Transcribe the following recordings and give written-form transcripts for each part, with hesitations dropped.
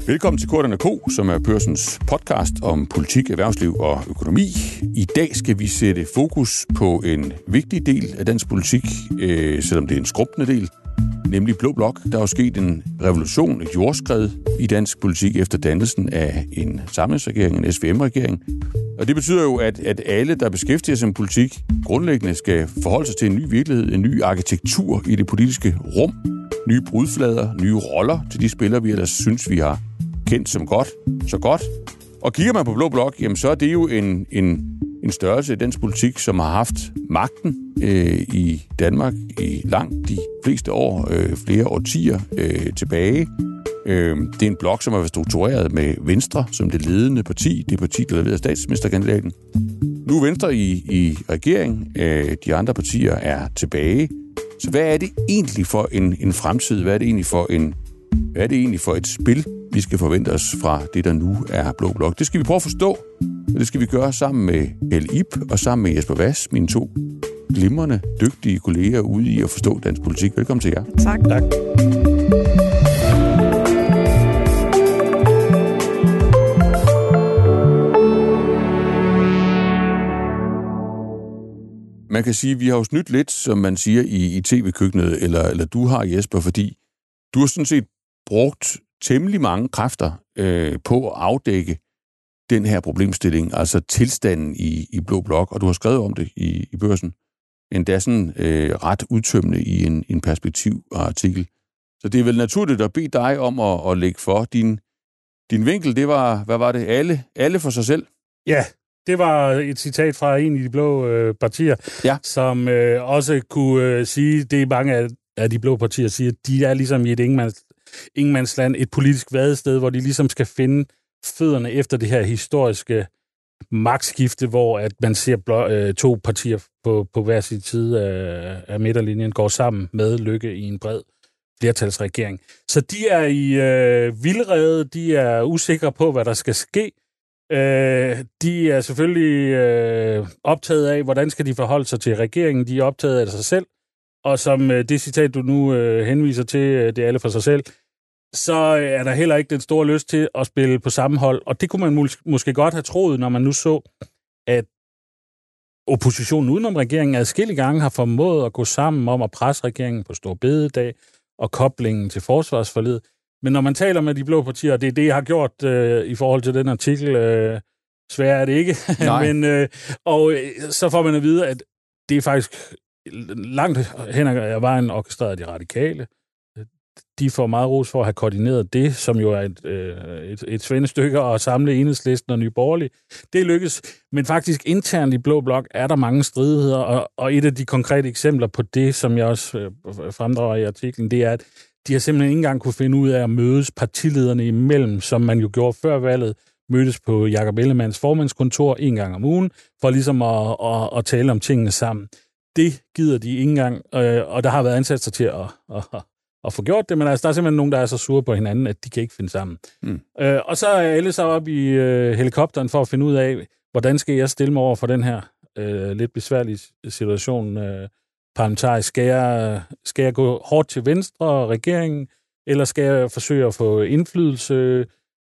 Velkommen til Korten & Co., som er Børsens podcast om politik, erhvervsliv og økonomi. I dag skal vi sætte fokus på en vigtig del af dansk politik, selvom det er en skrumpende del, nemlig Blå Blok. Der er jo sket en revolution, et jordskred i dansk politik efter dannelsen af en samlingsregering, en SVM-regering. Og det betyder jo, at alle, der beskæftiger sig med politik, grundlæggende skal forholde sig til en ny virkelighed, en ny arkitektur i det politiske rum, nye brudflader, nye roller til de spillere, vi ellers synes, vi har kendt som så godt. Og kigger man på Blå Blok, jamen så er det jo en størrelse i dansk politik, som har haft magten i Danmark i langt de fleste år, flere årtier tilbage. Det er en blok, som har været struktureret med Venstre som det ledende parti, det parti, der leverede statsministerkandidaten. Nu er Venstre i regering, de andre partier er tilbage. Så hvad er det egentlig for en fremtid? Hvad er det egentlig for et spil, vi skal forvente os fra det, der nu er Blå Blok? Det skal vi prøve at forstå, og det skal vi gøre sammen med Helle Ib og sammen med Jesper Vass, mine to glimrende, dygtige kolleger ude i at forstå dansk politik. Velkommen til jer. Tak. Man kan sige, at vi har jo snydt lidt, som man siger i tv-køkkenet, eller du har, Jesper, fordi du har sådan set brugt temmelig mange kræfter på at afdække den her problemstilling, altså tilstanden i Blå Blok, og du har skrevet om det i Børsen, endda sådan ret udtømmende i en perspektivartikel. Så det er vel naturligt at bede dig om at lægge for. Din vinkel, det var, hvad var det? Alle for sig selv? Ja, det var et citat fra en af de blå partier, som også kunne sige, det er mange af de blå partier siger, de er ligesom i et ingenmandsland, et politisk vadested, hvor de ligesom skal finde fødderne efter det her historiske magtskifte, hvor at man ser to partier på hver sin side af midterlinjen går sammen med Løkke i en bred flertalsregering. Så de er i vildrede, de er usikre på, hvad der skal ske. De er selvfølgelig optaget af, hvordan skal de forholde sig til regeringen. De er optaget af sig selv. Og som det citat, du nu henviser til, det er alle for sig selv, så er der heller ikke den store lyst til at spille på samme hold. Og det kunne man måske godt have troet, når man nu så, at oppositionen udenom regeringen adskillige gange har formået at gå sammen om at presse regeringen på Store Bededag og koblingen til forsvarsforliget. Men når man taler med de blå partier, og det er det, jeg har gjort i forhold til den artikel, svær er det ikke, men, så får man at vide, at det er faktisk langt hen ad vejen orkestreret af de radikale. De får meget ros for at have koordineret det, som jo er et svendestykke at samle Enhedslisten og Nye Borgerlige. Det lykkes, men faktisk internt i Blå Blok er der mange stridigheder, og et af de konkrete eksempler på det, som jeg også fremdrager i artiklen, det er, at de har simpelthen ikke engang kunne finde ud af at mødes partilederne imellem, som man jo gjorde før valget, mødes på Jakob Ellemanns formandskontor en gang om ugen, for ligesom at tale om tingene sammen. Det gider de ikke engang, og der har været ansatser til at få gjort det, men altså, der er simpelthen nogen, der er så sure på hinanden, at de kan ikke finde sammen. Og så er alle så op i helikopteren for at finde ud af, hvordan skal jeg stille mig over for den her lidt besværlige situation parlamentarisk. Skal jeg gå hårdt til venstre og regeringen, eller skal jeg forsøge at få indflydelse?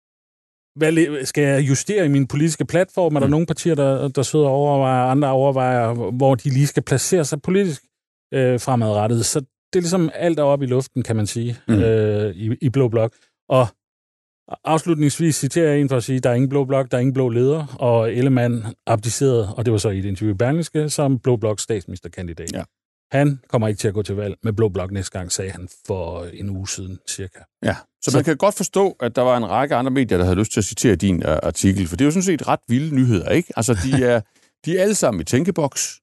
Skal jeg justere i min politiske platform? Er der nogle partier, der sidder og overvejer, andre overvejer, hvor de lige skal placere sig politisk fremadrettet? Så det er ligesom alt deroppe i luften, kan man sige, i Blå Blok. Og afslutningsvis citerer jeg en for at sige, der er ingen Blå Blok, der er ingen blå leder, og Ellemann abdicerede, og det var så i et interview i Berlingske, som Blå Bloks statsministerkandidat. Ja. Han kommer ikke til at gå til valg med Blå Blok næste gang, sagde han for en uge siden, cirka. Ja, så man kan godt forstå, at der var en række andre medier, der havde lyst til at citere din artikel, for det er jo sådan set ret vilde nyheder, ikke? Altså, de er alle sammen i tænkeboks.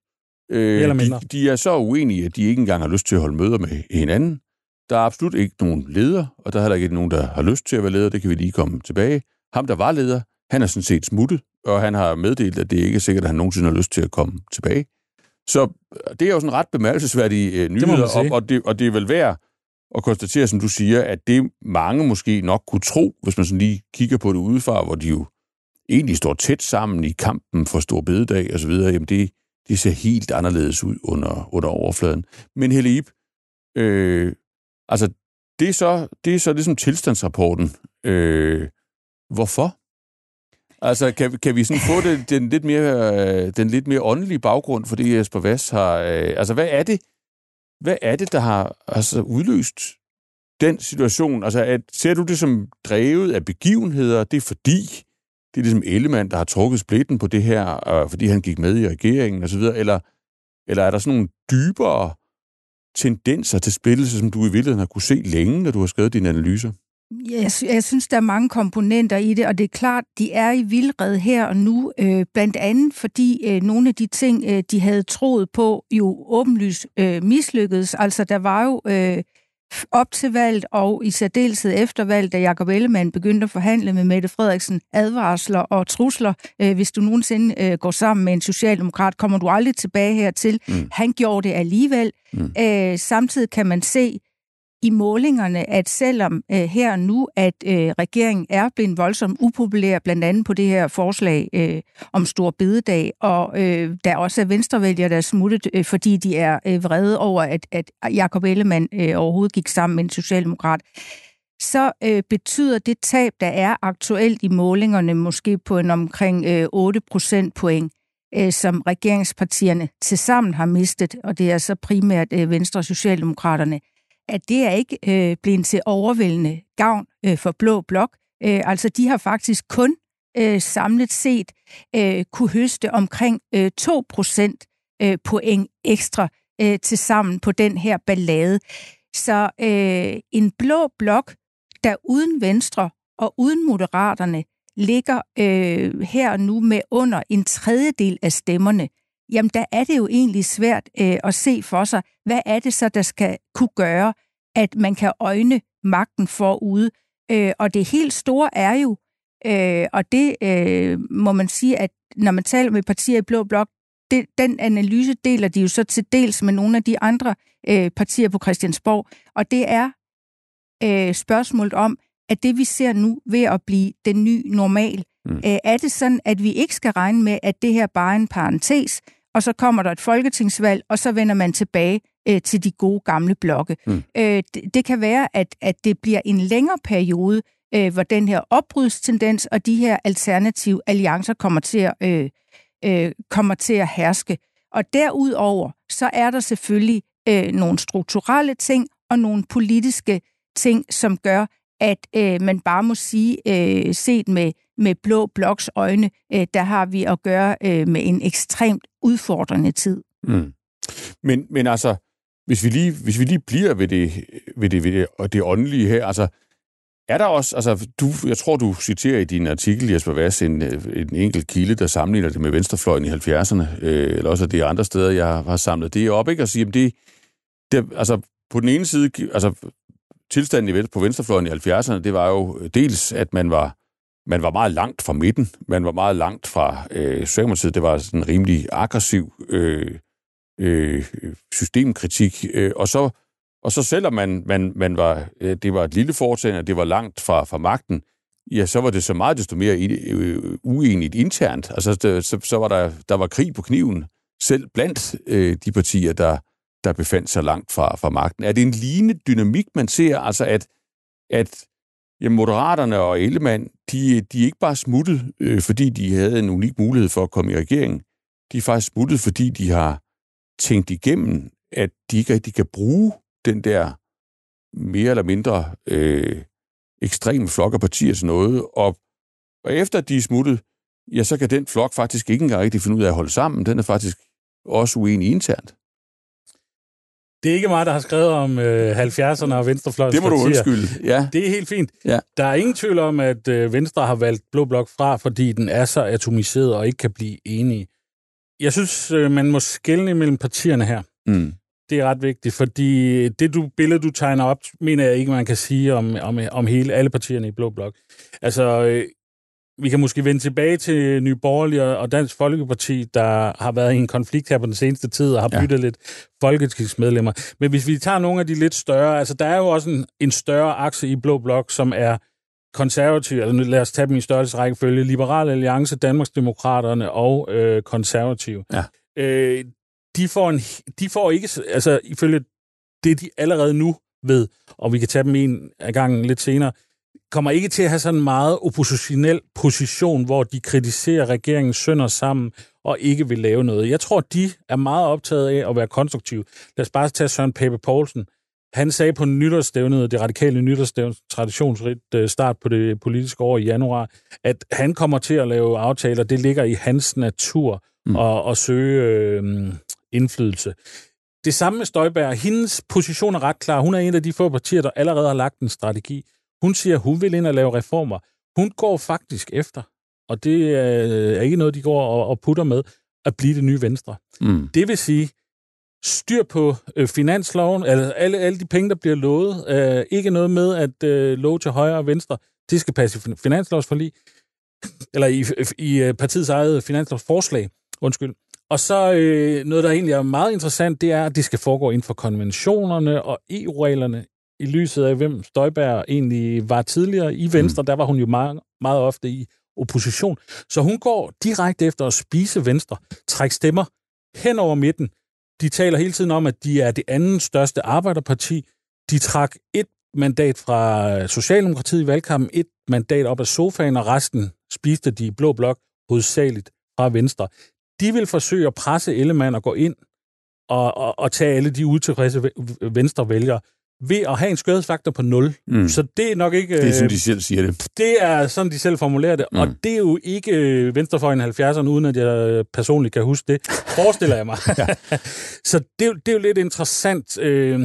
De er så uenige, at de ikke engang har lyst til at holde møder med hinanden. Der er absolut ikke nogen leder, og der er heller ikke nogen, der har lyst til at være leder. Det kan vi lige komme tilbage. Ham, der var leder, han er sådan set smuttet, og han har meddelt, at det ikke er sikkert, at han nogensinde har lyst til at komme tilbage. Så det er jo sådan ret bemærkelsesværdige nyheder, og det er vel værd at konstatere, som du siger, at det mange måske nok kunne tro, hvis man sådan lige kigger på det udefra, hvor de jo egentlig står tæt sammen i kampen for Store Bededag og så videre, jamen det ser helt anderledes ud under overfladen. Men Helle Ib, altså det er så ligesom tilstandsrapporten. Hvorfor? Altså, kan vi sådan få den lidt mere åndelige baggrund for det, Jesper Hvass har... altså, hvad er det, der har udløst den situation? Altså, ser du det som drevet af begivenheder? Det er fordi, det er ligesom Ellemann, der har trukket splitten på det her, fordi han gik med i regeringen osv., eller er der sådan nogle dybere tendenser til splittelse, som du i virkeligheden har kunne se længe, når du har skrevet dine analyser? Jeg synes, der er mange komponenter i det, og det er klart, de er i vildred her og nu, blandt andet fordi nogle af de ting, de havde troet på, jo åbenlyst mislykkedes. Altså, der var jo op til valget og i særdeleshed efter valget, da Jakob Ellemann begyndte at forhandle med Mette Frederiksen, advarsler og trusler. Hvis du nogensinde går sammen med en socialdemokrat, kommer du aldrig tilbage hertil. Han gjorde det alligevel. Samtidig kan man se i målingerne, at selvom her nu, at regeringen er blevet voldsomt upopulær, blandt andet på det her forslag om stor bededag, og der også er venstrevælgere, der er smuttet, fordi de er vrede over, at Jakob Ellemann overhovedet gik sammen med en socialdemokrat, så betyder det tab, der er aktuelt i målingerne, måske på en omkring 8 procentpoint, som regeringspartierne tilsammen har mistet, og det er så primært Venstre og Socialdemokraterne, at det er ikke blevet til overvældende gavn for Blå Blok. Altså, de har faktisk kun samlet set kunne høste omkring 2 procentpoint ekstra til sammen på den her ballade. Så en Blå Blok, der uden Venstre og uden Moderaterne ligger her nu med under en tredjedel af stemmerne, jamen der er det jo egentlig svært at se for sig, hvad er det så, der skal kunne gøre, at man kan øjne magten forude. Og det helt store er jo, og det må man sige, at når man taler med partier i Blå Blok, den analyse deler de jo så til dels med nogle af de andre partier på Christiansborg, og det er spørgsmålet om, at det vi ser nu ved at blive den nye normal, er det sådan, at vi ikke skal regne med, at det her bare er en parentes, og så kommer der et folketingsvalg, og så vender man tilbage til de gode gamle blokke. Det kan være, at det bliver en længere periode, hvor den her opbrudstendens og de her alternative alliancer kommer til at herske. Og derudover, så er der selvfølgelig nogle strukturelle ting og nogle politiske ting, som gør, at man bare må sige, set med Blå Bloks øjne, der har vi at gøre med en ekstremt udfordrende tid. Men altså, hvis vi lige bliver ved det åndelige her, altså, er der også, altså, jeg tror, du citerer i din artikel, Jesper Hvass, en enkelt kilde, der sammenligner det med venstrefløjen i 70'erne, eller også de andre steder, jeg har samlet det op, ikke? Og sige, det altså, på den ene side, altså, tilstanden på venstrefløjen i 70'erne, det var jo dels, at man var meget langt fra midten, man var meget langt fra Socialdemokratiet, det var sådan en rimelig aggressiv systemkritik, og så selvom man var, det var et lille foretagende, det var langt fra magten, ja, så var det så meget desto mere uenigt internt. Altså, så var der var krig på kniven, selv blandt de partier, der befandt sig langt fra magten. Er det en lignende dynamik, man ser, altså at Moderaterne og Ellemann, de er ikke bare smuttet, fordi de havde en unik mulighed for at komme i regering. De er faktisk smuttet, fordi de har tænkt igennem, at de ikke rigtig kan bruge den der mere eller mindre ekstreme flok af partier til noget. Og efter de er smuttet, ja, så kan den flok faktisk ikke engang rigtig finde ud af at holde sammen. Den er faktisk også uenig internt. Det er ikke mig, der har skrevet om 70'erne og venstrefløjens partier. Det må du undskylde, ja. Det er helt fint. Ja. Der er ingen tvivl om, at Venstre har valgt Blå Blok fra, fordi den er så atomiseret og ikke kan blive enige. Jeg synes, man må skelne mellem partierne her. Det er ret vigtigt, fordi det billede, du tegner op, mener jeg ikke, man kan sige om alle partierne i Blå Blok. Altså, vi kan måske vende tilbage til Nye Borgerlige og Dansk Folkeparti, der har været i en konflikt her på den seneste tid og har byttet lidt folketingsmedlemmer. Men hvis vi tager nogle af de lidt større, altså der er jo også en større akse i Blå Blok, som er konservative, altså lad os tage dem i størrelsesrækkefølge, Liberal Alliance, Danmarksdemokraterne og konservative. Ja. De får ikke, altså ifølge det, de allerede nu ved, og vi kan tage dem en af gangen lidt senere, kommer ikke til at have sådan en meget oppositionel position, hvor de kritiserer regeringens sønder sammen og ikke vil lave noget. Jeg tror, de er meget optaget af at være konstruktive. Lad os bare tage Søren Pape Poulsen. Han sagde på nytårsstævnet, det radikale nytårsstævne, traditionsrigt start på det politiske år i januar, at han kommer til at lave aftaler. Det ligger i hans natur at søge indflydelse. Det samme med Støjberg. Hendes position er ret klar. Hun er en af de få partier, der allerede har lagt en strategi. Hun siger, at hun vil ind og lave reformer. Hun går faktisk efter, og det er ikke noget, de går og putter med, at blive det nye Venstre. Det vil sige, styr på finansloven, altså alle de penge, der bliver lovet. Ikke noget med at love til højre og venstre. Det skal passe i finanslovsforlig, eller i partiets eget finanslovsforslag. Undskyld. Og så noget, der egentlig er meget interessant, det er, at det skal foregå inden for konventionerne og EU-reglerne, i lyset af, hvem Støjberg egentlig var tidligere i Venstre. Der var hun jo meget, meget ofte i opposition. Så hun går direkte efter at spise Venstre, trække stemmer hen over midten. De taler hele tiden om, at de er det anden største arbejderparti. De trak 1 mandat fra Socialdemokratiet i valgkampen, 1 mandat op af sofaen, og resten spiste de i blå blok hovedsageligt fra Venstre. De vil forsøge at presse Ellemann og gå ind og tage alle de utilfredse Venstre-vælgere ved at have en skødhedsfaktor på 0. Så det er nok ikke... Det er sådan, de selv siger det. Det er sådan, de selv formulerer det. Og det er jo ikke venstrefløjen i 70'erne, uden at jeg personligt kan huske det. Forestiller jeg mig. Så det er jo lidt interessant.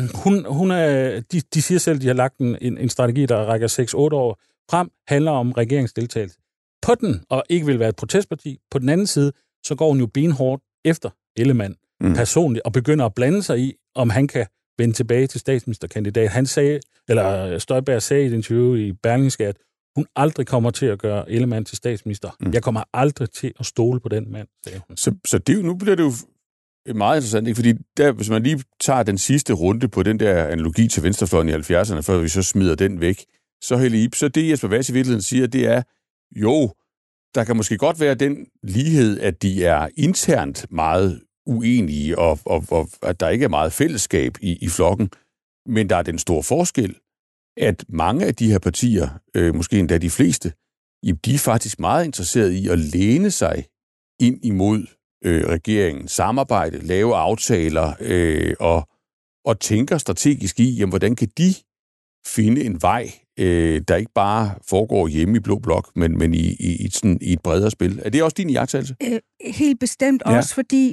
De siger selv, at de har lagt en strategi, der rækker 6-8 år frem, handler om regeringsdeltagelse. På den, og ikke vil være et protestparti, på den anden side, så går hun jo benhårdt efter Ellemann personligt, og begynder at blande sig i, om han kan vende tilbage til statsministerkandidat. Støjberg sagde i et interview i Berlingske, at hun aldrig kommer til at gøre Ellemann til statsminister. Jeg kommer aldrig til at stole på den mand, sagde hun. Så det, nu bliver det jo meget interessant, ikke? Fordi hvis man lige tager den sidste runde på den der analogi til venstrefløjen i 70'erne, før vi så smider den væk, så det Jesper Vass i virkeligheden siger, det er, jo, der kan måske godt være den lighed, at de er internt meget uenige, og at der ikke er meget fællesskab i flokken. Men der er den store forskel, at mange af de her partier, måske endda de fleste, de er faktisk meget interesserede i at læne sig ind imod regeringen, samarbejde, lave aftaler og tænker strategisk i, jamen, hvordan kan de finde en vej, der ikke bare foregår hjemme i Blå Blok, men i et bredere spil. Er det også din iagttagelse? Helt bestemt også, fordi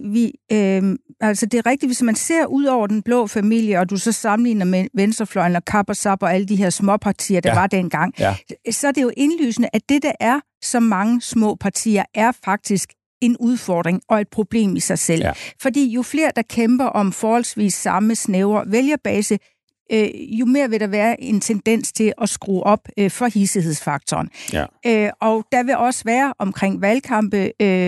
det er rigtigt, hvis man ser ud over den blå familie, og du så sammenligner med venstrefløjen og Kap og Sap og alle de her små partier, der var dengang, så er det jo indlysende, at det, der er så mange små partier, er faktisk en udfordring og et problem i sig selv. Ja. Fordi jo flere, der kæmper om forholdsvis samme snævre vælgerbase, jo mere vil der være en tendens til at skrue op for hissighedsfaktoren. Ja. Og der vil også være omkring valgkampe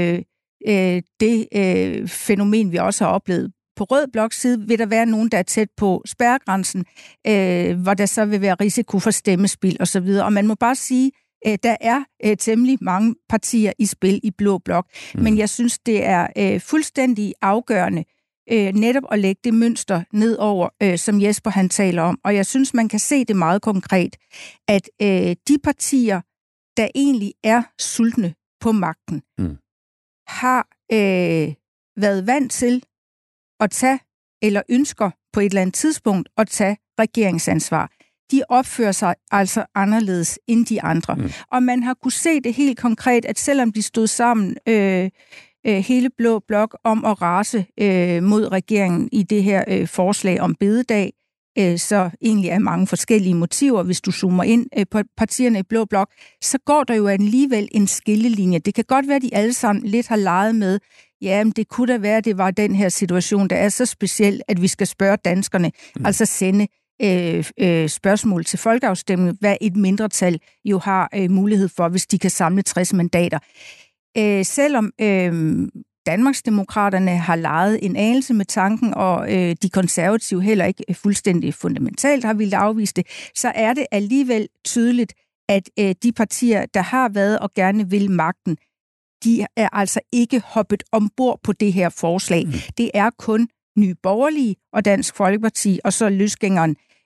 det fænomen, vi også har oplevet. På rød bloks side vil der være nogen, der er tæt på spærregrænsen, hvor der så vil være risiko for stemmespil osv. Og man må bare sige, der er temmelig mange partier i spil i blå blok. Men jeg synes, det er fuldstændig afgørende netop at lægge det mønster ned over, som Jesper han taler om. Og jeg synes, man kan se det meget konkret, at de partier, der egentlig er sultne på magten, har været vant til at tage, eller ønsker på et eller andet tidspunkt at tage regeringsansvar. De opfører sig altså anderledes end de andre. Og man har kunne se det helt konkret, at selvom de stod sammen hele blå blok om at rase mod regeringen i det her forslag om bededag, så egentlig er mange forskellige motiver. Hvis du zoomer ind på partierne i blå blok, så går der jo alligevel en skillelinje. Det kan godt være, at de alle sammen lidt har leget med, ja, men det kunne da være, at det var den her situation, der er så speciel, at vi skal spørge danskerne, altså sende spørgsmål til folkeafstemning, hvad et mindretal jo har mulighed for, hvis de kan samle 60 mandater. Selvom Danmarksdemokraterne har leget en anelse med tanken, og de konservative heller ikke fuldstændig fundamentalt har vildt afvise det, så er det alligevel tydeligt, at de partier, der har været og gerne vil magten, de er altså ikke hoppet ombord på det her forslag. Det er kun Nye Borgerlige og Dansk Folkeparti, og så løsgængeren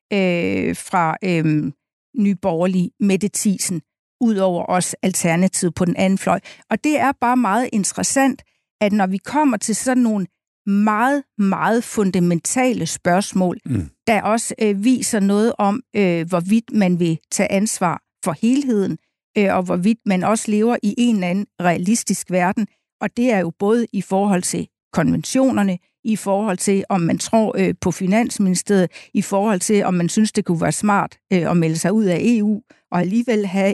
fra Nye Borgerlige, Mette Thiesen, ud over os Alternativet på den anden fløj. Og det er bare meget interessant, at når vi kommer til sådan nogle meget, meget fundamentale spørgsmål, der også viser noget om, hvorvidt man vil tage ansvar for helheden, og hvorvidt man også lever i en eller anden realistisk verden. Og det er jo både i forhold til konventionerne, i forhold til, om man tror på Finansministeriet, i forhold til, om man synes, det kunne være smart at melde sig ud af EU, og alligevel have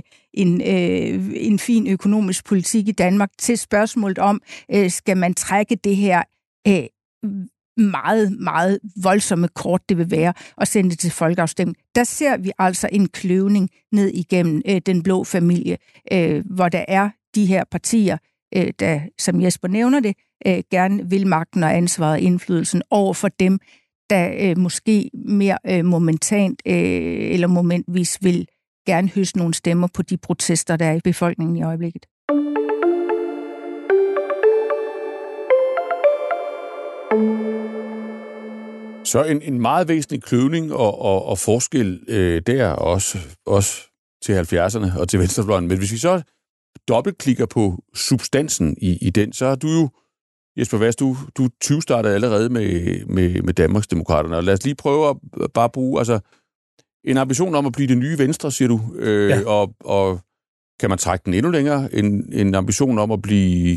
en fin økonomisk politik i Danmark, til spørgsmålet om, skal man trække det her meget, meget voldsomme kort, det vil være, og sende det til folkeafstemning. Der ser vi altså en kløvning ned igennem den blå familie, hvor der er de her partier, der, som Jesper nævner det, gerne vil magten og ansvaret og indflydelsen over for dem, der måske mere momentant eller momentvis vil gerne høste nogle stemmer på de protester, der er i befolkningen i øjeblikket. Så en meget væsentlig kløvning og forskel der også til 70'erne og til venstrefløjen. Men hvis vi så dobbeltklikker på substansen i den, så har du jo, Jesper Hvas, du 20-startede allerede med Danmarksdemokraterne. Og lad os lige prøve at bare bruge en ambition om at blive det nye Venstre, siger du. Ja. Og kan man trække den endnu længere? En ambition om at blive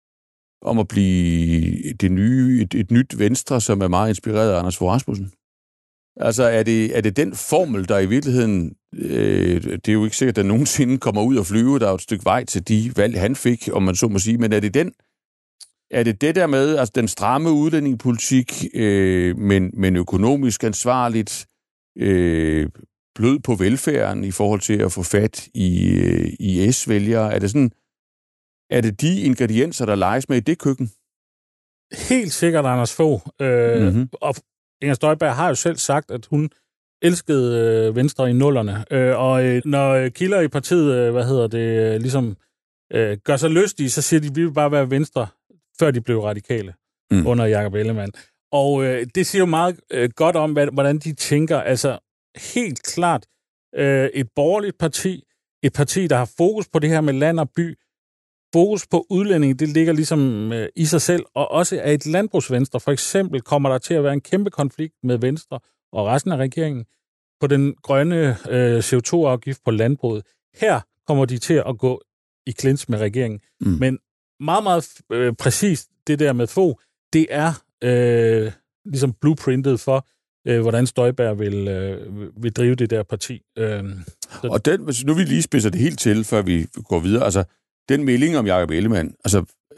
det nye, et nyt Venstre, som er meget inspireret af Anders Fogh Rasmussen? Altså, er det den formel, der i virkeligheden, det er jo ikke sikkert, at nogensinde kommer ud og flyve, der er et stykke vej til de valg, han fik, om man så må sige, men er det det der med, altså den stramme udlændingepolitik, men økonomisk ansvarligt, blød på velfærden i forhold til at få fat i S-vælgere? Er det de ingredienser, der leges med i det køkken? Helt sikkert Anders Fogh. Og Inger Støjberg har jo selv sagt, at hun elskede Venstre i nullerne. Og når kilder i partiet, ligesom gør sig lystige, så siger de, at vi vil bare være Venstre, før de blev radikale under Jakob Ellemann. Og det siger jo meget godt om, hvordan de tænker. Altså helt klart et borgerligt parti, et parti, der har fokus på det her med land og by, fokus på udlænding, det ligger ligesom i sig selv, og også af et landbrugsvenstre. For eksempel kommer der til at være en kæmpe konflikt med Venstre og resten af regeringen på den grønne CO2-afgift på landbruget. Her kommer de til at gå i clinch med regeringen. Men meget, meget præcist det der med Fogh, det er ligesom blueprintet for, hvordan Støjberg vil drive det der parti. Og hvis nu vi lige spidser det helt til, før vi går videre, altså den melding om Jakob Ellemann, altså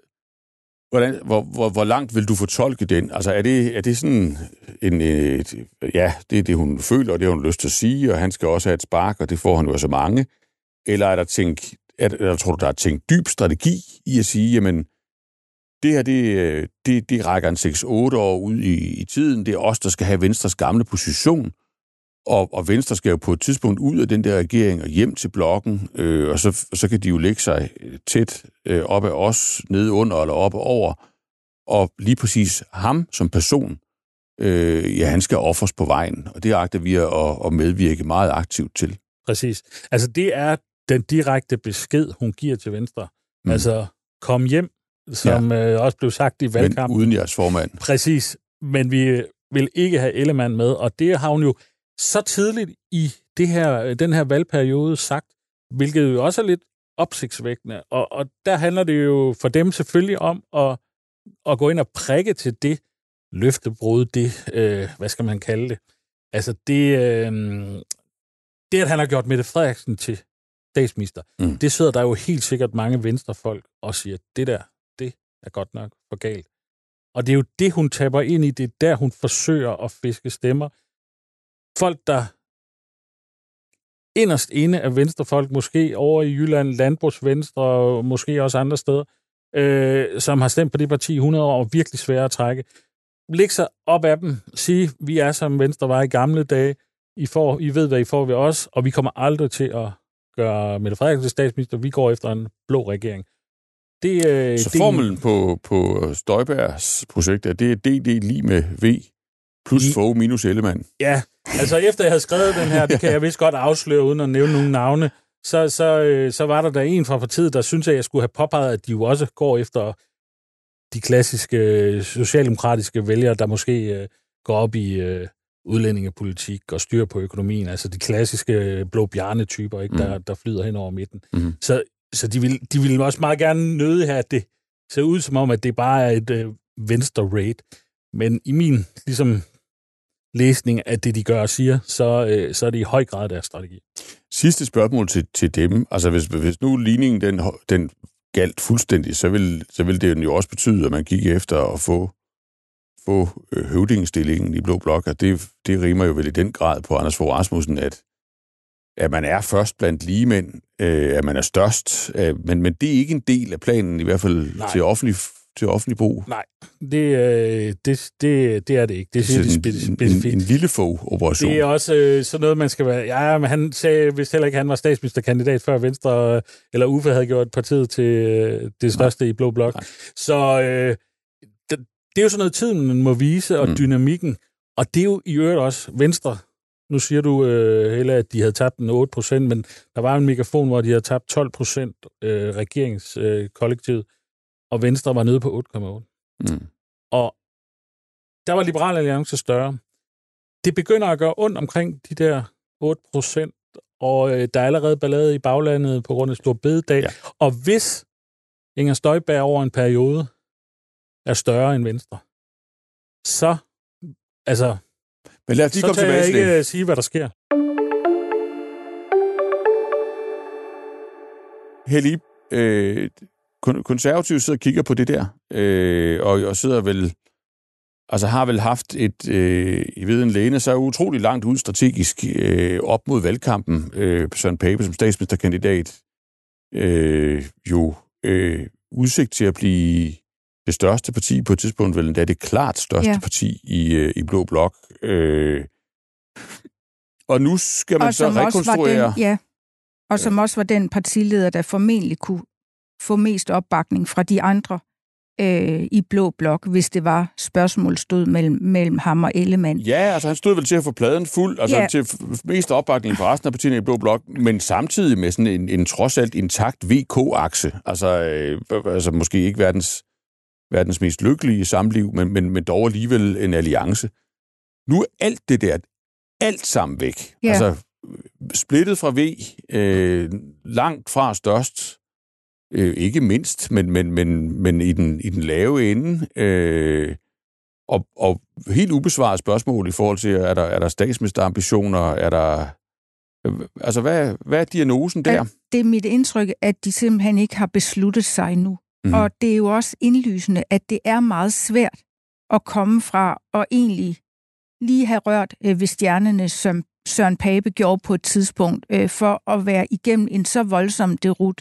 hvor langt vil du fortolke den? Altså er det sådan det er det, hun føler, og det har hun lyst til at sige, og han skal også have et spark, og det får han jo så mange. Eller tror du, der er tænkt dyb strategi i at sige, jamen, det her, det rækker en 6-8 år ud i tiden. Det er os, der skal have Venstres gamle position. Og Venstre skal jo på et tidspunkt ud af den der regering og hjem til blokken, og så kan de jo lægge sig tæt op af os, nede under eller op og over. Og lige præcis ham som person, han skal offres på vejen, og det agter vi at medvirke meget aktivt til. Præcis. Altså det er den direkte besked, hun giver til Venstre. Altså kom hjem, som også blev sagt i valgkampen. Men uden jeres formand. Præcis. Men vi vil ikke have Ellemann med, og det har hun jo så tidligt i den her valgperiode sagt, hvilket jo også er lidt opsigtsvækkende. Og der handler det jo for dem selvfølgelig om at gå ind og prikke til det løftebrud, hvad skal man kalde det? Altså det, at han har gjort Mette Frederiksen til statsminister, det sidder der jo helt sikkert mange venstrefolk og siger, det er godt nok for galt. Og det er jo det, hun taber ind i, det er der, hun forsøger at fiske stemmer. Folk, der inderst inde af venstrefolk, måske over i Jylland, landbrugsvenstre, og måske også andre steder, som har stemt på det parti 100 år, og virkelig svære at trække. Læg sig op af dem, sige, vi er som Venstre var i gamle dage, I ved, hvad I får ved os, og vi kommer aldrig til at gøre Mette Frederiksen til statsminister, vi går efter en blå regering. Så formelen på Støjbergs projekt, det er DD lige med V, Plus Fogh minus Ellemann. Ja, altså efter jeg havde skrevet den her, det kan jeg vist godt afsløre, uden at nævne nogle navne, så var der en fra partiet, der synes at jeg skulle have påpeget, at de jo også går efter de klassiske socialdemokratiske vælgere, der måske går op i udlændingepolitik og styr på økonomien, altså de klassiske blå bjarne-typer, ikke, der flyder hen over midten. Mm. Så de ville også meget gerne nøde her, at det ser ud som om, at det bare er et venstre-raid. Men i min ligesom læsning af det, de gør og siger, så er det i høj grad deres strategi. Sidste spørgsmål til dem. Altså, hvis nu ligningen den galt fuldstændig, så vil det jo også betyde, at man gik efter at få høvdingestillingen i Blå Blok, og det rimer jo vel i den grad på Anders Fogh Rasmussen, at man er først blandt ligemænd, at man er størst, men det er ikke en del af planen, i hvert fald til offentlig brug. Nej, det er det ikke. Det siger de specifikt. En lille Fogh-operation. Det er også sådan noget, man skal være... Ja, men han sagde vist heller ikke, at han var statsministerkandidat før Venstre, eller Uffe havde gjort partiet til det største i Blå Blok. Nej. Så det er jo sådan noget, tiden man må vise, og dynamikken. Og det er jo i øvrigt også Venstre. Nu siger du, Helle, at de havde tabt 8%, men der var en megafon, hvor de havde tabt 12% regeringskollektivet, og Venstre var nede på 8,8. Og der var Liberal Alliance større. Det begynder at gøre ondt omkring de der 8%, og der er allerede ballade i baglandet på grund af Store Bededag. Ja. Og hvis Inger Støjberg over en periode er større end Venstre, så men lad os lige komme tilbage til det. Jeg ikke sige, hvad der sker. Hellig, konservative sidder og kigger på det der, og sidder vel, altså har vel haft i ved en læne, så er utrolig langt ud strategisk op mod valgkampen. Søren Pape som statsministerkandidat udsigt til at blive det største parti på et tidspunkt, vel endda det klart største parti i Blå Blok. Og nu skal man så rekonstruere... Og som også var den partileder, der formentlig kunne få mest opbakning fra de andre i Blå Blok, hvis det var spørgsmål stod mellem ham og Ellemann. Ja, altså han stod vel til at få pladen fuld, altså til mest opbakning fra resten af partierne i Blå Blok, men samtidig med sådan en trods alt intakt VK-akse. Altså måske ikke verdens mest lykkelige samliv, men dog alligevel en alliance. Nu er alt det der, alt sammen væk. Ja. Altså splittet fra V, langt fra størst, ikke mindst, men i den lave ende, og helt ubesvaret spørgsmål i forhold til, er der statsministerambitioner, altså hvad er diagnosen der? Det er mit indtryk, at de simpelthen ikke har besluttet sig nu. Mm-hmm. Og det er jo også indlysende, at det er meget svært at komme fra og egentlig lige have rørt ved stjernerne, som Søren Pape gjorde på et tidspunkt, for at være igennem en så voldsom derut.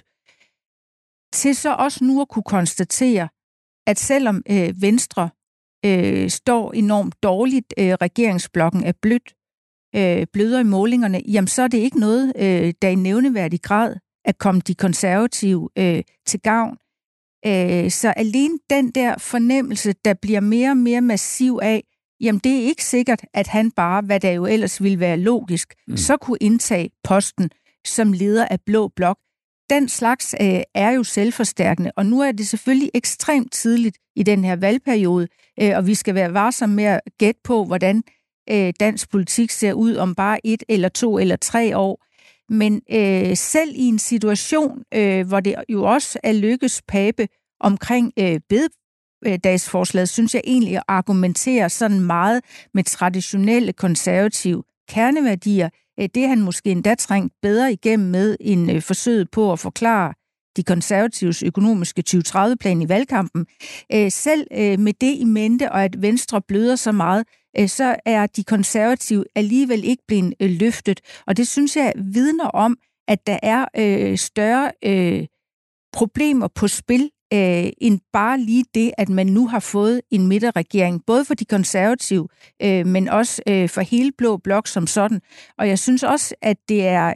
Til så også nu at kunne konstatere, at selvom Venstre står enormt dårligt, regeringsblokken er bløder i målingerne, jamen så er det ikke noget, der i nævneværdig grad at komme de konservative til gavn. Så alene den der fornemmelse, der bliver mere og mere massiv af, jamen det er ikke sikkert, at han bare, hvad der jo ellers ville være logisk, så kunne indtage posten som leder af Blå Blok. Den slags er jo selvforstærkende, og nu er det selvfølgelig ekstremt tidligt i den her valgperiode, og vi skal være varsomme med at gætte på, hvordan dansk politik ser ud om bare 1 eller 2 eller 3 år. Men selv i en situation, hvor det jo også er lykkes Pape omkring bededagsforslaget, synes jeg egentlig at argumentere sådan meget med traditionelle konservative kerneværdier. Det er han måske endda trængt bedre igennem med en forsøget på at forklare de konservatives økonomiske 2030-plan i valgkampen. Selv med det i mente, og at Venstre bløder så meget, så er de konservative alligevel ikke blevet løftet. Og det synes jeg vidner om, at der er større problemer på spil, end bare lige det, at man nu har fået en midterregering, både for de konservative, men også for hele Blå Blok som sådan. Og jeg synes også, at det er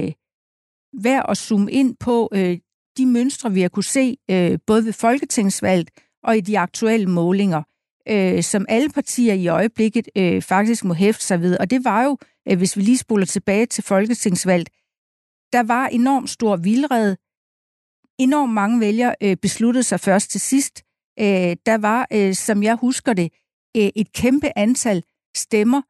værd at zoome ind på de mønstre, vi har kunne se, både ved folketingsvalget og i de aktuelle målinger. som alle partier i øjeblikket faktisk må hæfte sig ved. Og det var jo, hvis vi lige spoler tilbage til folketingsvalget, der var enormt stor vildrede. Enormt mange vælgere besluttede sig først til sidst. Der var, som jeg husker det, et kæmpe antal stemmer,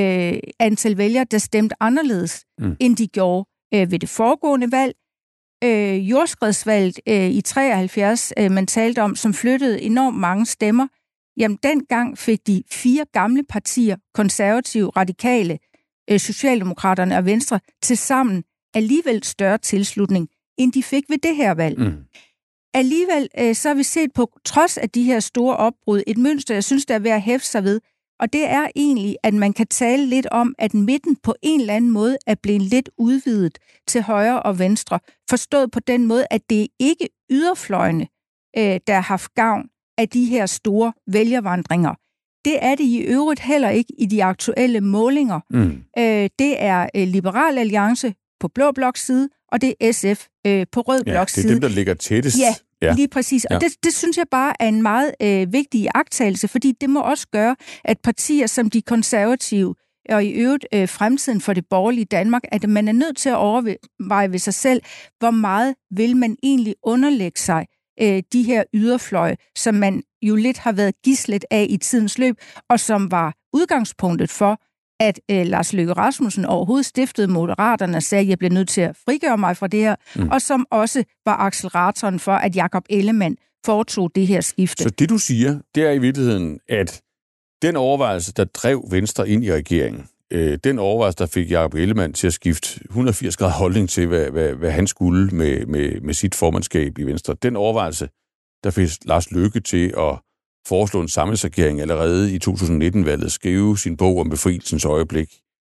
antal vælgere, der stemte anderledes, end de gjorde ved det foregående valg. Jordskredsvalget i 73, man talte om, som flyttede enormt mange stemmer. Jamen, dengang fik de 4 gamle partier, konservative, radikale, Socialdemokraterne og Venstre, tilsammen alligevel større tilslutning, end de fik ved det her valg. Alligevel så har vi set på, trods af de her store opbrud, et mønster, jeg synes, der er ved at hæfte sig ved, og det er egentlig, at man kan tale lidt om, at midten på en eller anden måde er blevet lidt udvidet til højre og venstre, forstået på den måde, at det ikke er yderfløjene, der har haft gavn af de her store vælgervandringer. Det er det i øvrigt heller ikke i de aktuelle målinger. Det er Liberal Alliance på blå bloks side, og det er SF på rød bloks side. Det er dem, der ligger tættest. Ja, lige præcis. Og det synes jeg bare er en meget vigtig iagttagelse, fordi det må også gøre, at partier som de konservative, og i øvrigt fremtiden for det borgerlige Danmark, at man er nødt til at overveje ved sig selv, hvor meget vil man egentlig underlægge sig de her yderfløje, som man jo lidt har været gidslet af i tidens løb, og som var udgangspunktet for, at Lars Løkke Rasmussen overhovedet stiftede Moderaterne og sagde, at jeg bliver nødt til at frigøre mig fra det her, og som også var acceleratoren for, at Jakob Ellemann foretog det her skifte. Så det, du siger, det er i virkeligheden, at den overvejelse, der drev Venstre ind i regeringen, den overvejelse, der fik Jakob Ellemann til at skifte 180 grader holdning til, hvad han skulle med sit formandskab i Venstre, den overvejelse, der fik Lars Løkke til at foreslå en samlingsregering allerede i 2019-valget, skrive sin bog om befrielsens øjeblik,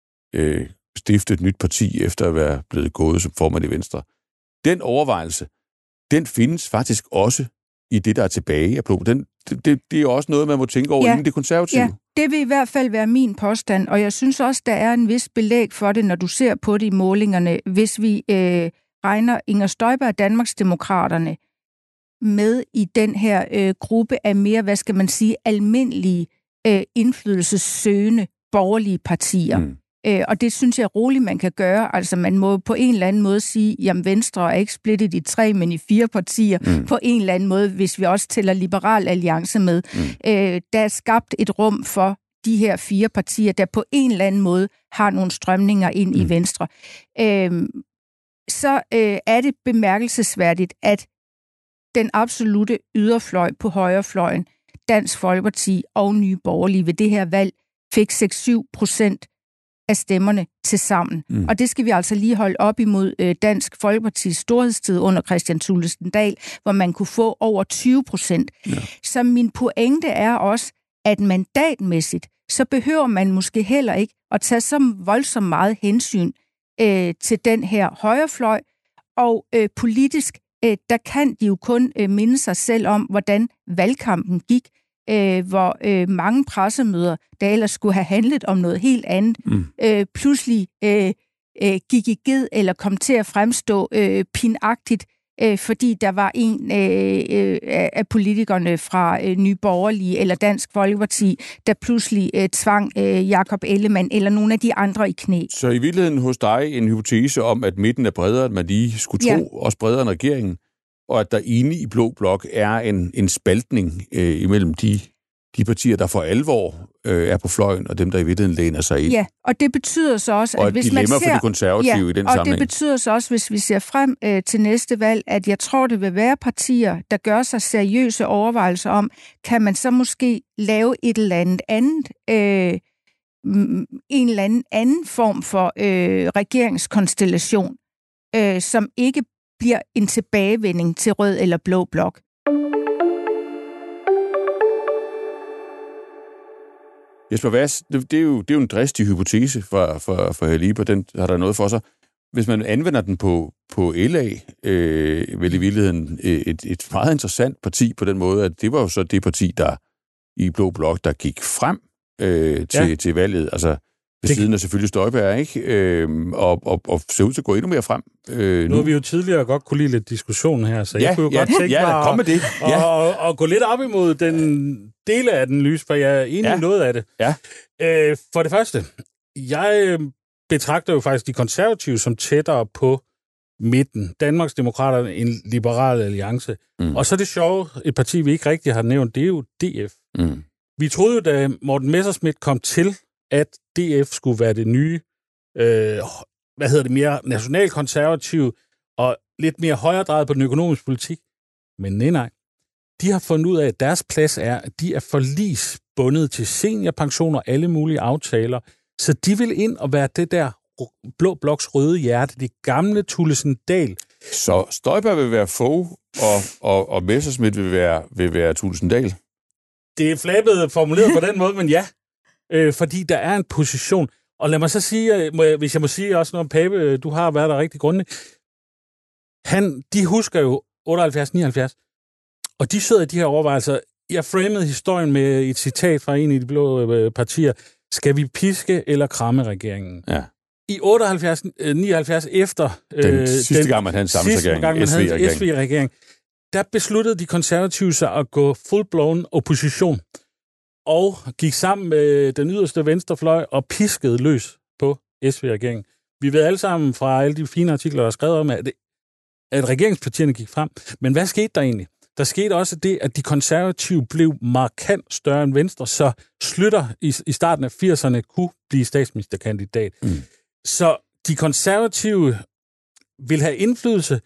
stifte et nyt parti efter at være blevet gået som formand i Venstre. Den overvejelse, den findes faktisk også i det, der er tilbage af blå. Det er også noget, man må tænke over inden det konservative. Ja, det vil i hvert fald være min påstand, og jeg synes også, der er en vis belæg for det, når du ser på det i målingerne. Hvis vi regner Inger Støjberg og Danmarksdemokraterne med i den her gruppe af mere, hvad skal man sige, almindelige indflydelsessøgende borgerlige partier. Og det synes jeg roligt, man kan gøre. Altså man må på en eller anden måde sige, jamen Venstre er ikke splittet i 3, men i 4 partier på en eller anden måde, hvis vi også tæller Liberal Alliance med. Der er skabt et rum for de her 4 partier, der på en eller anden måde har nogle strømninger ind i Venstre. Så er det bemærkelsesværdigt, at den absolute yderfløj på højrefløjen, Dansk Folkeparti og Nye Borgerlige ved det her valg, fik 6-7% af stemmerne til sammen. Og det skal vi altså lige holde op imod Dansk Folkepartis storhedstid under Kristian Thulesen Dahl, hvor man kunne få over 20%. Ja. Så min pointe er også, at mandatmæssigt, så behøver man måske heller ikke at tage så voldsomt meget hensyn til den her højrefløj, og politisk der kan de jo kun minde sig selv om, hvordan valgkampen gik, hvor mange pressemøder, der ellers skulle have handlet om noget helt andet, pludselig gik i ged eller kom til at fremstå pinagtigt, fordi der var en af politikerne fra Nye Borgerlige eller Dansk Folkeparti, der pludselig tvang Jakob Ellemann eller nogle af de andre i knæ. Så i virkeligheden hos dig en hypotese om, at midten er bredere, end man lige skulle tro, også bredere end regeringen, og at der inde i Blå Blok er en spaltning imellem de partier, der for alvor er på fløjen, og dem, der i virkeligheden læner sig ind. Ja, og det betyder så også, at hvis man ser... for de konservative i den sammenhæng. Og det betyder så også, hvis vi ser frem til næste valg, at jeg tror, det vil være partier, der gør sig seriøse overvejelser om, kan man så måske lave et eller andet en eller anden form for regeringskonstellation, som ikke bliver en tilbagevending til rød eller blå blok. Jesper Vass, det er jo en dristig hypotese for Heliber, den har der noget for sig. Hvis man anvender den på LA, vel i virkeligheden et meget interessant parti på den måde, at det var jo så det parti, der i Blå Blok, der gik frem til valget. Altså, siden af selvfølgelig Støjberg, ikke? Og ser ud til at gå endnu mere frem. Nu har vi jo tidligere godt kunne lide lidt diskussion her, så jeg kunne jo godt tænke mig at gå lidt op imod den dele af den lys, for jeg er enig i noget af det. Ja. For det første, jeg betragter jo faktisk de konservative som tættere på midten. Danmarksdemokraterne, en liberal alliance. Og så det sjove, et parti, vi ikke rigtig har nævnt, det er jo DF. Vi troede jo, da Morten Messerschmidt kom til, at DF skulle være det nye, mere nationalkonservative og lidt mere højredrejet på den økonomiske politik. Men nej. De har fundet ud af, at deres plads er, at de er forligsbundet til seniorpensioner og alle mulige aftaler. Så de vil ind og være det der blå bloks røde hjerte, det gamle Thulesen Dahl. Så Støjberg vil være Fogh, og Messerschmidt vil være Thulesen Dahl? Det er flabet formuleret på den måde, men ja. Fordi der er en position. Og lad mig så sige, hvis jeg må sige også noget om Pape, du har været der rigtig grundigt. De husker jo 78-79, og de sidder i de her overvejelser. Jeg framede historien med et citat fra en af de blå partier. Skal vi piske eller kramme regeringen? Ja. I 78-79 efter den sidste gang, man havde en samlingsregering, SV-regering, der besluttede de konservative sig at gå full-blown opposition og gik sammen med den yderste venstrefløj og piskede løs på SV-regeringen. Vi ved alle sammen fra alle de fine artikler, der er skrevet om, at regeringspartierne gik frem. Men hvad skete der egentlig? Der skete også det, at de konservative blev markant større end Venstre, så Schlüter i starten af 80'erne kunne blive statsministerkandidat. Så de konservative vil have indflydelse.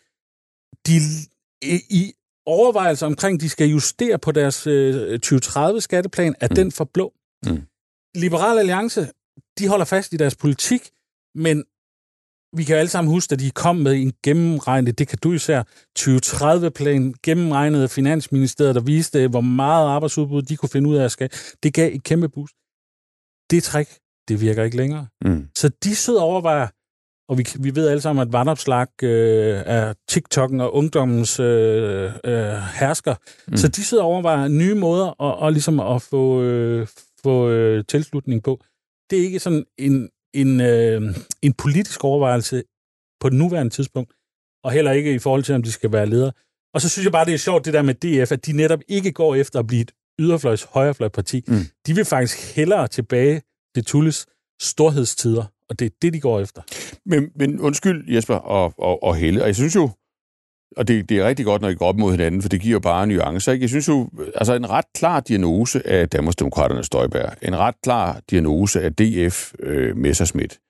I overvejelser omkring, de skal justere på deres 2030-skatteplan, at den for blå. Liberal Alliance, de holder fast i deres politik, men vi kan alle sammen huske, at de kom med en gennemregnet, det kan du især, 2030-plan, gennemregnet af Finansministeriet, der viste, hvor meget arbejdsudbud de kunne finde ud af at skabe. Det gav et kæmpe boost. Det trick, det virker ikke længere. Så de sidder og overvejer, og vi ved alle sammen, at vandopslag er TikTok'en og ungdommens hersker. Så de sidder og overvejer nye måder og ligesom at få tilslutning på. Det er ikke sådan en politisk overvejelse på det nuværende tidspunkt, og heller ikke i forhold til, om de skal være ledere. Og så synes jeg bare, det er sjovt, det der med DF, at de netop ikke går efter at blive et yderfløjs, højrefløjparti. De vil faktisk hellere tilbage til Tulles storhedstider, og det er det, de går efter. Men undskyld, Jesper og Helle, og jeg synes jo, og det er rigtig godt, når I går op mod hinanden, for det giver bare nuancer, ikke? Jeg synes jo, altså en ret klar diagnose af Danmarksdemokraterne Støjberg, en ret klar diagnose af DF Messerschmidt,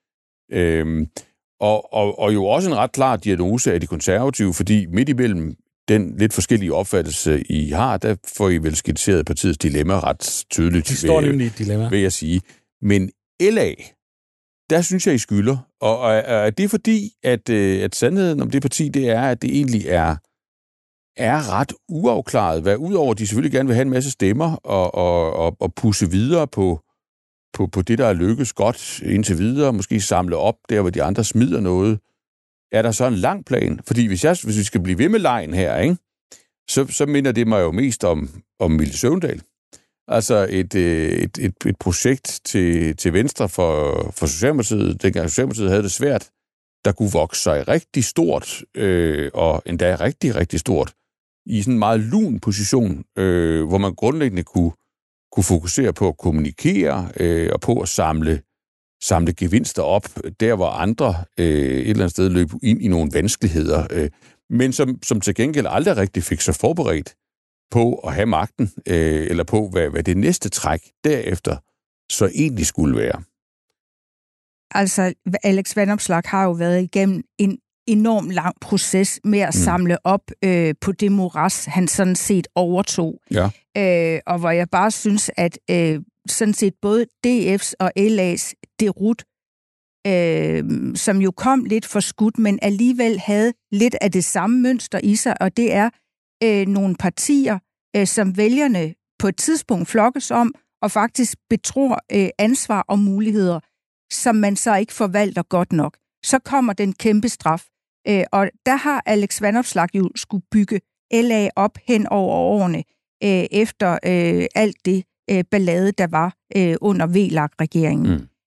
og jo også en ret klar diagnose af de konservative, fordi midt imellem den lidt forskellige opfattelse, I har, der får I vel skitseret partiets dilemma ret tydeligt. De står nemlig i et dilemma. Vil jeg sige. Men LA, der synes jeg, I skylder. Og er det fordi, at sandheden om det parti, det er, at det egentlig er ret uafklaret, hvad udover de selvfølgelig gerne vil have en masse stemmer og pusse videre på det, der er lykkes godt indtil videre, måske samle op der, hvor de andre smider noget. Er der så en lang plan? Fordi hvis vi skal blive ved med lejen her, ikke, så minder det mig jo mest om Mille Søvndal. Altså et projekt til venstre for Socialdemokratiet, dengang Socialdemokratiet havde det svært, der kunne vokse sig rigtig stort, og endda rigtig, rigtig stort, i sådan en meget lun position, hvor man grundlæggende kunne fokusere på at kommunikere og på at samle gevinster op, der hvor andre et eller andet sted løb ind i nogle vanskeligheder, men som til gengæld aldrig rigtig fik sig forberedt på at have magten, eller på, hvad det næste træk derefter så egentlig skulle være. Altså, Alex Vanopslagh har jo været igennem en enorm lang proces med at samle op på det moras, han sådan set overtog. Ja. Og hvor jeg bare synes, at sådan set både DF's og LA's derut, som jo kom lidt for skudt, men alligevel havde lidt af det samme mønster i sig, og det er nogle partier, som vælgerne på et tidspunkt flokkes om, og faktisk betror ansvar og muligheder, som man så ikke forvalter godt nok. Så kommer den kæmpe straf. Og der har Alex Vanopslagh jo skulle bygge LA op hen over årene, efter alt det ballade, der var under VLAG-regeringen.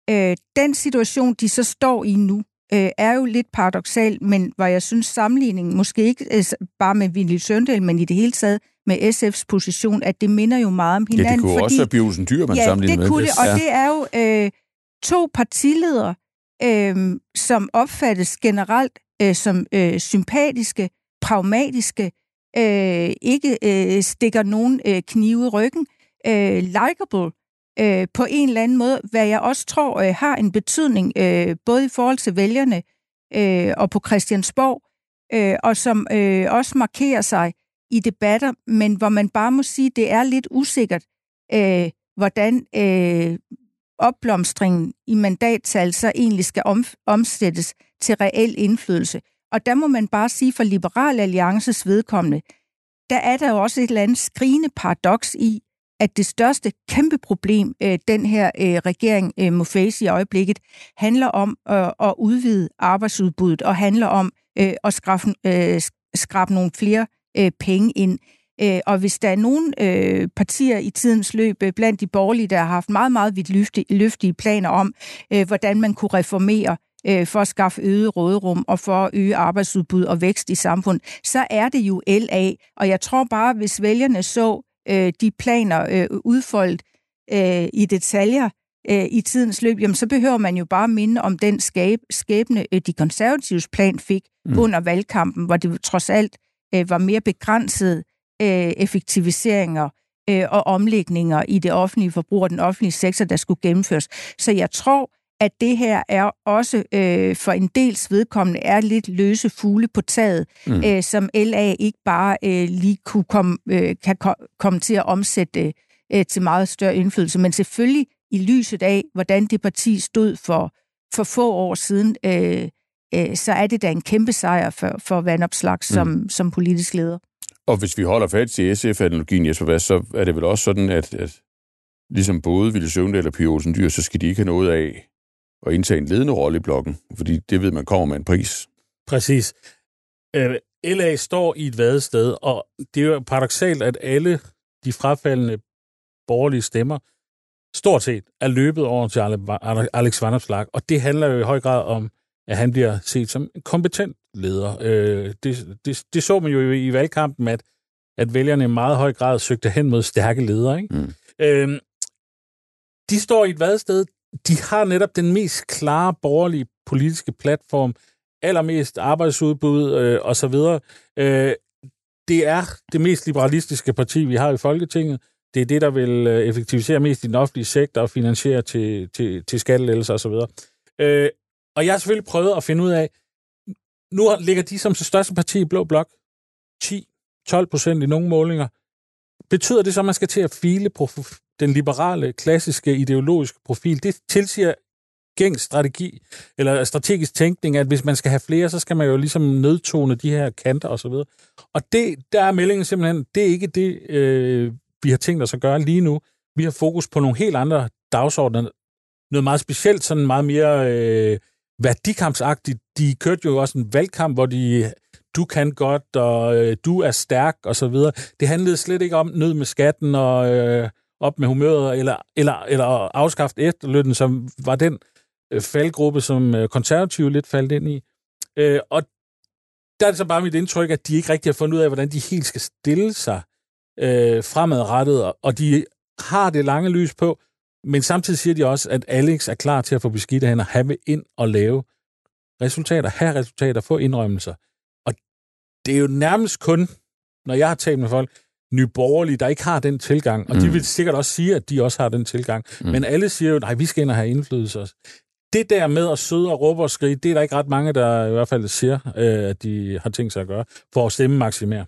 Den situation, de så står i nu, er jo lidt paradoksal, men hvor jeg synes sammenligningen, måske ikke bare med Villy Søvndal, men i det hele taget med SF's position, at det minder jo meget om hinanden. Ja, det kunne også være Pia Olsen Dyhr, man sammenligner med. Ja, det kunne det, og det er jo to partiledere, som opfattes generelt som sympatiske, pragmatiske, ikke stikker nogen knive i ryggen, likeable på en eller anden måde, hvad jeg også tror har en betydning, både i forhold til vælgerne og på Christiansborg, og som også markerer sig i debatter, men hvor man bare må sige, det er lidt usikkert, hvordan opblomstringen i mandattal så egentlig skal omsættes til reel indflydelse. Og der må man bare sige, for Liberal Alliances vedkommende, der er der jo også et eller andet skrigende paradoks i, at det største kæmpe problem, den her regering må face i øjeblikket, handler om at udvide arbejdsudbuddet, og handler om at skrabe nogle flere penge ind. Og hvis der er nogle partier i tidens løb blandt de borgerlige, der har haft meget, meget vidtløftige planer om, hvordan man kunne reformere for at skaffe øget råderum og for at øge arbejdsudbud og vækst i samfundet, så er det jo LA. Og jeg tror bare, hvis vælgerne så de planer udfoldet i detaljer i tidens løb, jamen så behøver man jo bare minde om den skæbne, de konservatives plan fik under valgkampen, hvor det trods alt var mere begrænset effektiviseringer og omlægninger i det offentlige forbrug og den offentlige sektor, der skulle gennemføres. Så jeg tror, at det her er også for en dels vedkommende er lidt løse fugle på taget, som LA ikke bare lige kan komme til at omsætte til meget større indflydelse. Men selvfølgelig i lyset af, hvordan det parti stod for få år siden, så er det da en kæmpe sejr for Vanopslagh som politisk leder. Og hvis vi holder fast i SF-analogien, Jesper Hvas, så er det vel også sådan, at ligesom både Villy Søvndal og Pia Olsen Dyhr, så skal de ikke have noget af at indtage en ledende rolle i blokken, fordi det ved man kommer med en pris. Præcis. LA står i et vadested, og det er jo paradoksalt, at alle de frafaldende borgerlige stemmer stort set er løbet over til Alex Vanopslagh, og det handler jo i høj grad om, at han bliver set som en kompetent leder. Det så man jo i valgkampen, at vælgerne i meget høj grad søgte hen mod stærke ledere. Ikke? De står i et vadested. De har netop den mest klare borgerlige politiske platform, allermest arbejdsudbud osv. Det er det mest liberalistiske parti, vi har i Folketinget. Det er det, der vil effektivisere mest i den offentlige sektor og finansiere til skattelettelser osv. Og jeg har selvfølgelig prøvet at finde ud af, nu ligger de som det største parti i Blå Blok 10-12% i nogle målinger. Betyder det så, at man skal til at file på den liberale, klassiske, ideologiske profil? Det tilsiger gængs strategi, eller strategisk tænkning, at hvis man skal have flere, så skal man jo ligesom nedtone de her kanter osv. Og der er meldingen simpelthen, det er ikke det, vi har tænkt os at gøre lige nu. Vi har fokus på nogle helt andre dagsordner. Noget meget specielt, sådan meget mere værdikampsagtigt. De kørte jo også en valgkamp, hvor du kan godt, og du er stærk, og så videre. Det handlede slet ikke om ned med skatten og op med humøret, eller afskaffe efterlønnen, som var den faldgruppe, som konservative lidt faldt ind i. Og der er det så bare mit indtryk, at de ikke rigtig har fundet ud af, hvordan de helt skal stille sig fremadrettet, og de har det lange lys på, men samtidig siger de også, at Alex er klar til at få beskidte hænder, have ind og lave resultater, få indrømmelser. Og det er jo nærmest kun, når jeg har talt med folk, Nye Borgerlige, der ikke har den tilgang, og de vil sikkert også sige, at de også har den tilgang, men alle siger jo, nej, vi skal ind og have indflydelse. Det der med at sidde og råbe og skrige, det er der ikke ret mange, der i hvert fald siger, at de har tænkt sig at gøre, for at stemme maksimere.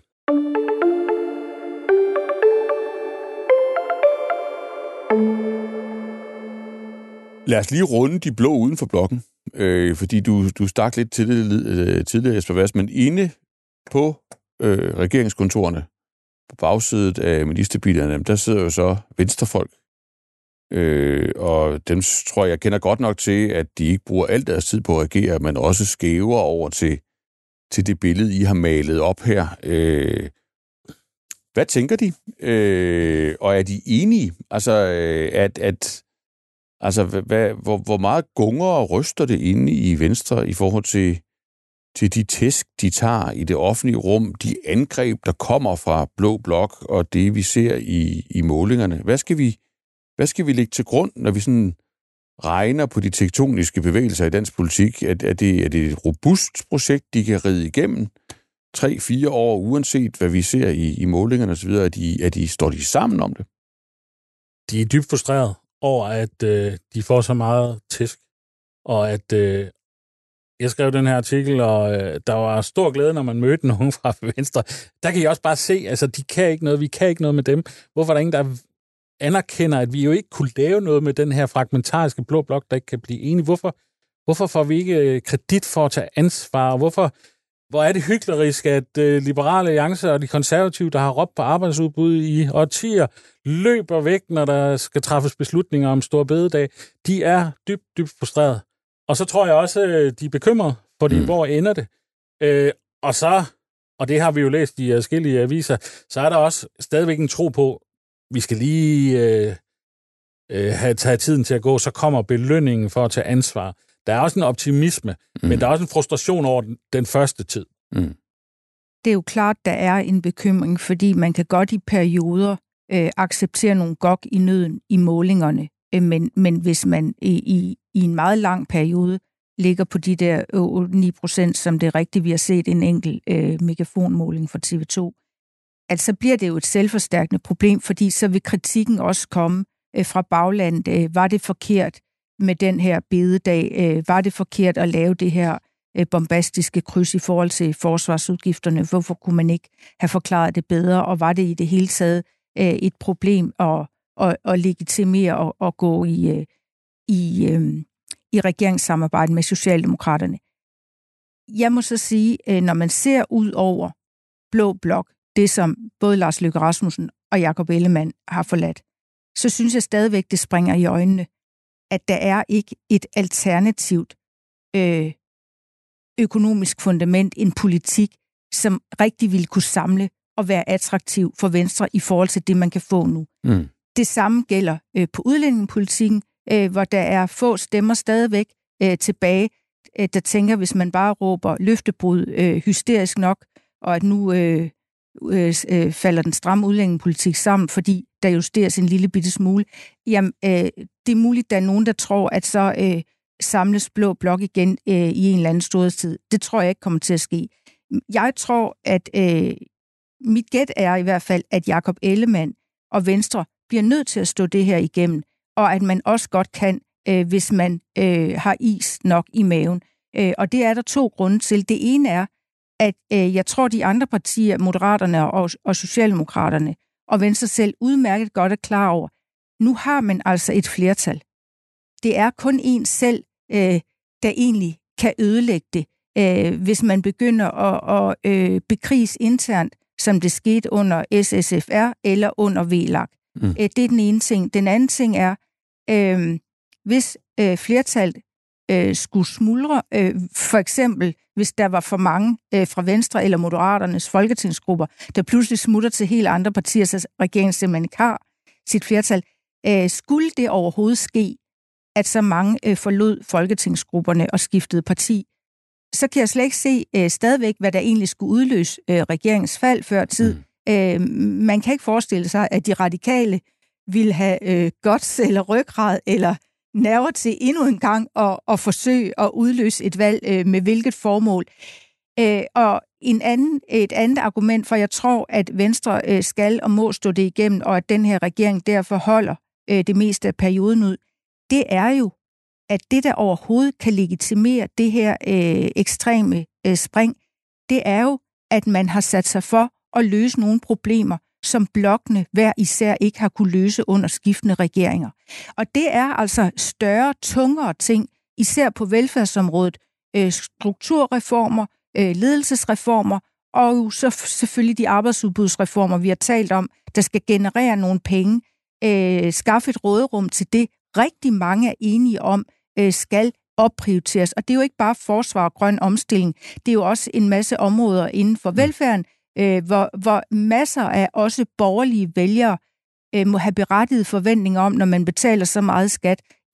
Lad os lige runde de blå uden for blokken, fordi du stak lidt til det tidligere, Jesper Hvas, men inde på regeringskontorerne, på bagsædet af ministerbilerne, der sidder jo så venstrefolk, og dem tror jeg kender godt nok til, at de ikke bruger alt deres tid på at regere, men også skæver over til det billede, I har malet op her. Hvad tænker de? Og er de enige? Altså, at Altså, hvor meget gunger og ryster det inde i Venstre i forhold til de tæsk, de tager i det offentlige rum, de angreb, der kommer fra Blå Blok, og det, vi ser i målingerne. Hvad skal vi lægge til grund, når vi sådan regner på de tektoniske bevægelser i dansk politik? Er det et robust projekt, de kan ride igennem 3-4 år, uanset hvad vi ser i målingerne osv.? Står de sammen om det? De er dybt frustreret over, at de får så meget tæsk, og at jeg skrev den her artikel, og der var stor glæde, når man mødte nogen fra Venstre. Der kan I også bare se, altså de kan ikke noget, vi kan ikke noget med dem. Hvorfor er der ingen, der anerkender, at vi jo ikke kunne lave noget med den her fragmentariske Blå Blok, der ikke kan blive enige? Hvorfor får vi ikke kredit for at tage ansvar? Hvor er det hyklerisk, at Liberale Alliance og de konservative, der har råbt på arbejdsudbud i årtier, løber væk, når der skal træffes beslutninger om Store Bededag. De er dybt frustreret. Og så tror jeg også, de er bekymrede, fordi hvor ender det? Og det har vi jo læst i forskellige aviser, så er der også stadigvæk en tro på, vi skal lige have taget tiden til at gå, så kommer belønningen for at tage ansvar. Der er også en optimisme, men der er også en frustration over den første tid. Det er jo klart, der er en bekymring, fordi man kan godt i perioder acceptere nogle gok i nøden i målingerne, men hvis man i en meget lang periode ligger på de der 9%, som det er rigtigt, vi har set en enkelt megafonmåling fra TV2, altså bliver det jo et selvforstærkende problem, fordi så vil kritikken også komme fra baglandet. Var det forkert med den her bededag? Var det forkert at lave det her bombastiske kryds i forhold til forsvarsudgifterne? Hvorfor kunne man ikke have forklaret det bedre? Og var det i det hele taget et problem at legitimere og gå i regeringssamarbejde med Socialdemokraterne? Jeg må så sige, når man ser ud over Blå Blok, det som både Lars Løkke Rasmussen og Jakob Ellemann har forladt, så synes jeg stadigvæk, det springer i øjnene, at der er ikke et alternativt økonomisk fundament, en politik, som rigtig ville kunne samle og være attraktiv for Venstre i forhold til det, man kan få nu. Det samme gælder på udlændingepolitikken, hvor der er få stemmer stadigvæk tilbage, der tænker, hvis man bare råber løftebrud hysterisk nok, og at nu falder den stramme udlændingepolitik sammen, fordi der justeres en lille bitte smule. Jamen, det er muligt, der er nogen, der tror, at så samles Blå Blok igen i en eller anden storhedstid. Det tror jeg ikke kommer til at ske. Jeg tror, at mit gæt er i hvert fald, at Jakob Ellemann og Venstre bliver nødt til at stå det her igennem, og at man også godt kan, hvis man har is nok i maven. Og det er der 2 grunde til. Det ene er, at jeg tror, de andre partier, Moderaterne og Socialdemokraterne og Venstre selv, udmærket godt er klar over, nu har man altså et flertal. Det er kun en selv, der egentlig kan ødelægge det, hvis man begynder at bekriges internt, som det skete under SSFR eller under VLAK. Det er den ene ting. Den anden ting er, hvis flertallet skulle smuldre, for eksempel hvis der var for mange fra Venstre eller Moderaternes folketingsgrupper, der pludselig smutter til helt andre partier, så regeringen simpelthen ikke har sit flertal. Skulle det overhovedet ske, at så mange forlod folketingsgrupperne og skiftede parti, så kan jeg slet ikke se stadigvæk, hvad der egentlig skulle udløse regeringens fald før tid. Man kan ikke forestille sig, at de radikale ville have guts eller ryggrad eller nerver til endnu en gang at forsøge at udløse et valg med hvilket formål. Og et andet argument, for jeg tror, at Venstre skal og må stå det igennem, og at den her regering derfor holder det meste af perioden ud, det er jo, at det, der overhovedet kan legitimere det her ekstreme spring, det er jo, at man har sat sig for at løse nogle problemer, som blokkene hver især ikke har kunne løse under skiftende regeringer. Og det er altså større, tungere ting, især på velfærdsområdet, strukturreformer, ledelsesreformer, og jo så selvfølgelig de arbejdsudbudsreformer, vi har talt om, der skal generere nogle penge, skaffe et råderum til det, rigtig mange er enige om, skal opprioriteres. Og det er jo ikke bare forsvar og grøn omstilling, det er jo også en masse områder inden for velfærden, hvor masser af også borgerlige vælgere må have berettiget forventninger om, når man betaler så meget skat,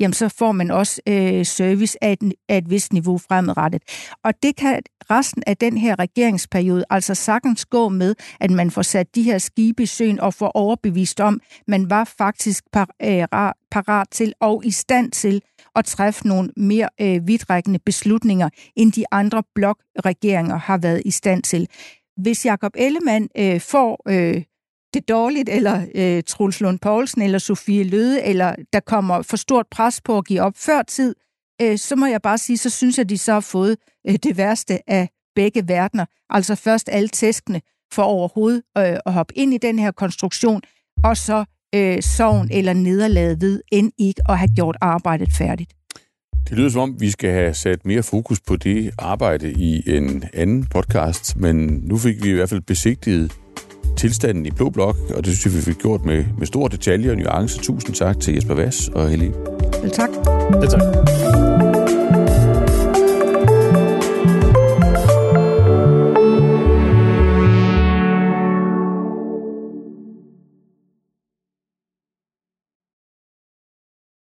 jamen så får man også service af et vist niveau fremadrettet. Og det kan resten af den her regeringsperiode altså sagtens gå med, at man får sat de her skibe i søen og får overbevist om, man var faktisk parat til og i stand til at træffe nogle mere vidtrækkende beslutninger, end de andre blokregeringer har været i stand til. Hvis Jakob Ellemann får det dårligt, eller Troels Lund Poulsen, eller Sofie Løhde, eller der kommer for stort pres på at give op før tid, så må jeg bare sige, så synes jeg, at de så har fået det værste af begge verdener. Altså først alle tæskene for overhovedet at hoppe ind i den her konstruktion, og så sorgen eller nederlaget ved end ikke at have gjort arbejdet færdigt. Det lyder som om, vi skal have sat mere fokus på det arbejde i en anden podcast, men nu fik vi i hvert fald besigtiget tilstanden i Blå Blok, og det synes jeg, vi fik gjort med stor detalje og nuance. Tusind tak til Jesper Vass og Helene. Vel tak. Ja, tak.